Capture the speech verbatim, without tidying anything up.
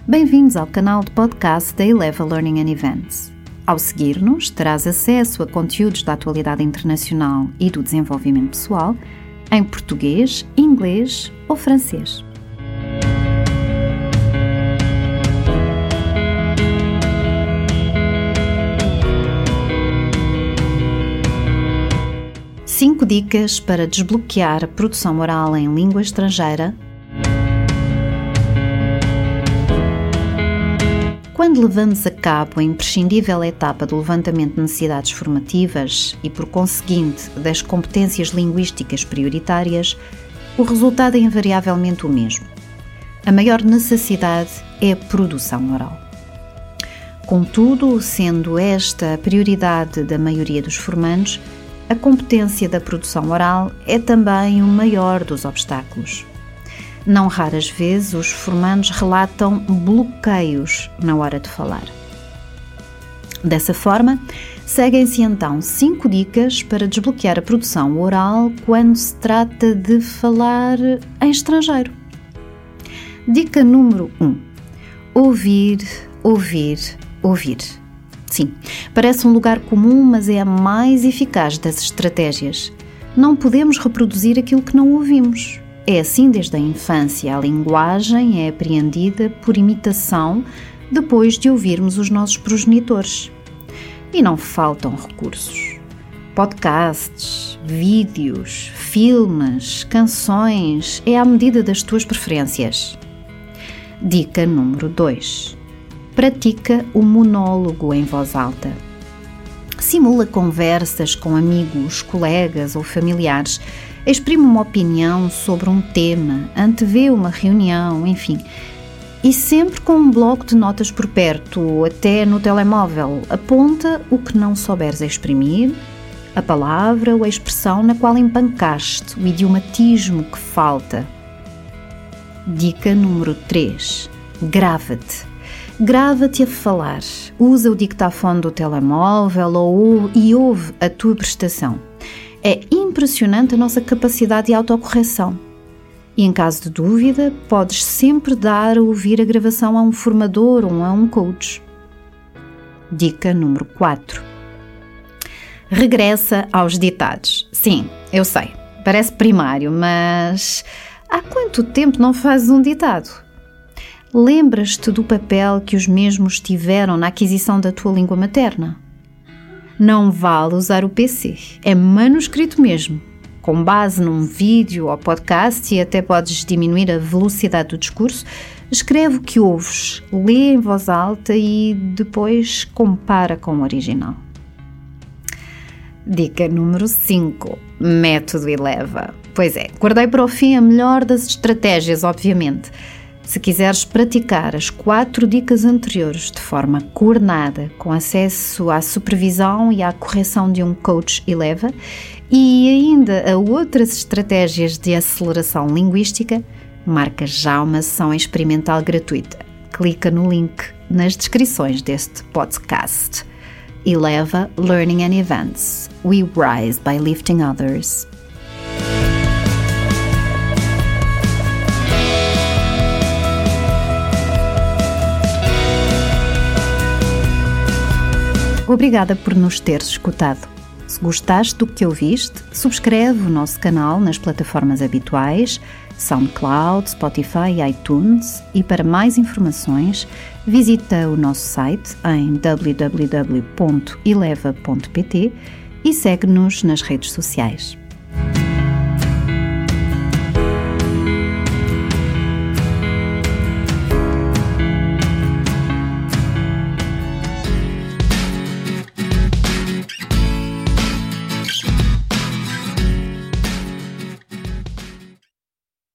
Bem-vindos ao canal de podcast da Eleva Learning and Events. Ao seguir-nos, terás acesso a conteúdos da atualidade internacional e do desenvolvimento pessoal em português, inglês ou francês. cinco dicas para desbloquear a produção oral em língua estrangeira. Quando levamos a cabo a imprescindível etapa do levantamento de necessidades formativas e, por conseguinte, das competências linguísticas prioritárias, o resultado é invariavelmente o mesmo. A maior necessidade é a produção oral. Contudo, sendo esta a prioridade da maioria dos formandos, a competência da produção oral é também o maior dos obstáculos. Não raras vezes os formandos relatam bloqueios na hora de falar. Dessa forma, seguem-se então cinco dicas para desbloquear a produção oral quando se trata de falar em estrangeiro. Dica número um. Ouvir, ouvir, ouvir. Sim, parece um lugar comum, mas é a mais eficaz das estratégias. Não podemos reproduzir aquilo que não ouvimos. É assim desde a infância. A linguagem é apreendida por imitação depois de ouvirmos os nossos progenitores. E não faltam recursos. Podcasts, vídeos, filmes, canções, é à medida das tuas preferências. Dica número dois. Pratica o monólogo em voz alta. Simula conversas com amigos, colegas ou familiares. Exprime uma opinião sobre um tema, antevê uma reunião, enfim. E sempre com um bloco de notas por perto, ou até no telemóvel. Aponta o que não souberes exprimir, a palavra ou a expressão na qual empancaste, o idiomatismo que falta. Dica número três. Grava-te. Grava-te a falar. Usa o dictafone do telemóvel ou, e ouve a tua prestação. É impressionante a nossa capacidade de autocorreção. E em caso de dúvida, podes sempre dar a ouvir a gravação a um formador ou a um coach. Dica número quatro. Regressa aos ditados. Sim, eu sei, parece primário, mas há quanto tempo não fazes um ditado? Lembras-te do papel que os mesmos tiveram na aquisição da tua língua materna? Não vale usar o P C, é manuscrito mesmo. Com base num vídeo ou podcast, e até podes diminuir a velocidade do discurso, escreve o que ouves, lê em voz alta e depois compara com o original. Dica número cinco. Método Eleva. Pois é, guardei para o fim a melhor das estratégias, obviamente. Se quiseres praticar as quatro dicas anteriores de forma coordenada, com acesso à supervisão e à correção de um coach Eleva, e ainda a outras estratégias de aceleração linguística, marca já uma sessão experimental gratuita. Clica no link nas descrições deste podcast. Eleva Learning and Events. We rise by lifting others. Obrigada por nos teres escutado. Se gostaste do que ouviste, subscreve o nosso canal nas plataformas habituais, SoundCloud, Spotify e iTunes, e para mais informações, visita o nosso site em w w w ponto eleva ponto p t e segue-nos nas redes sociais.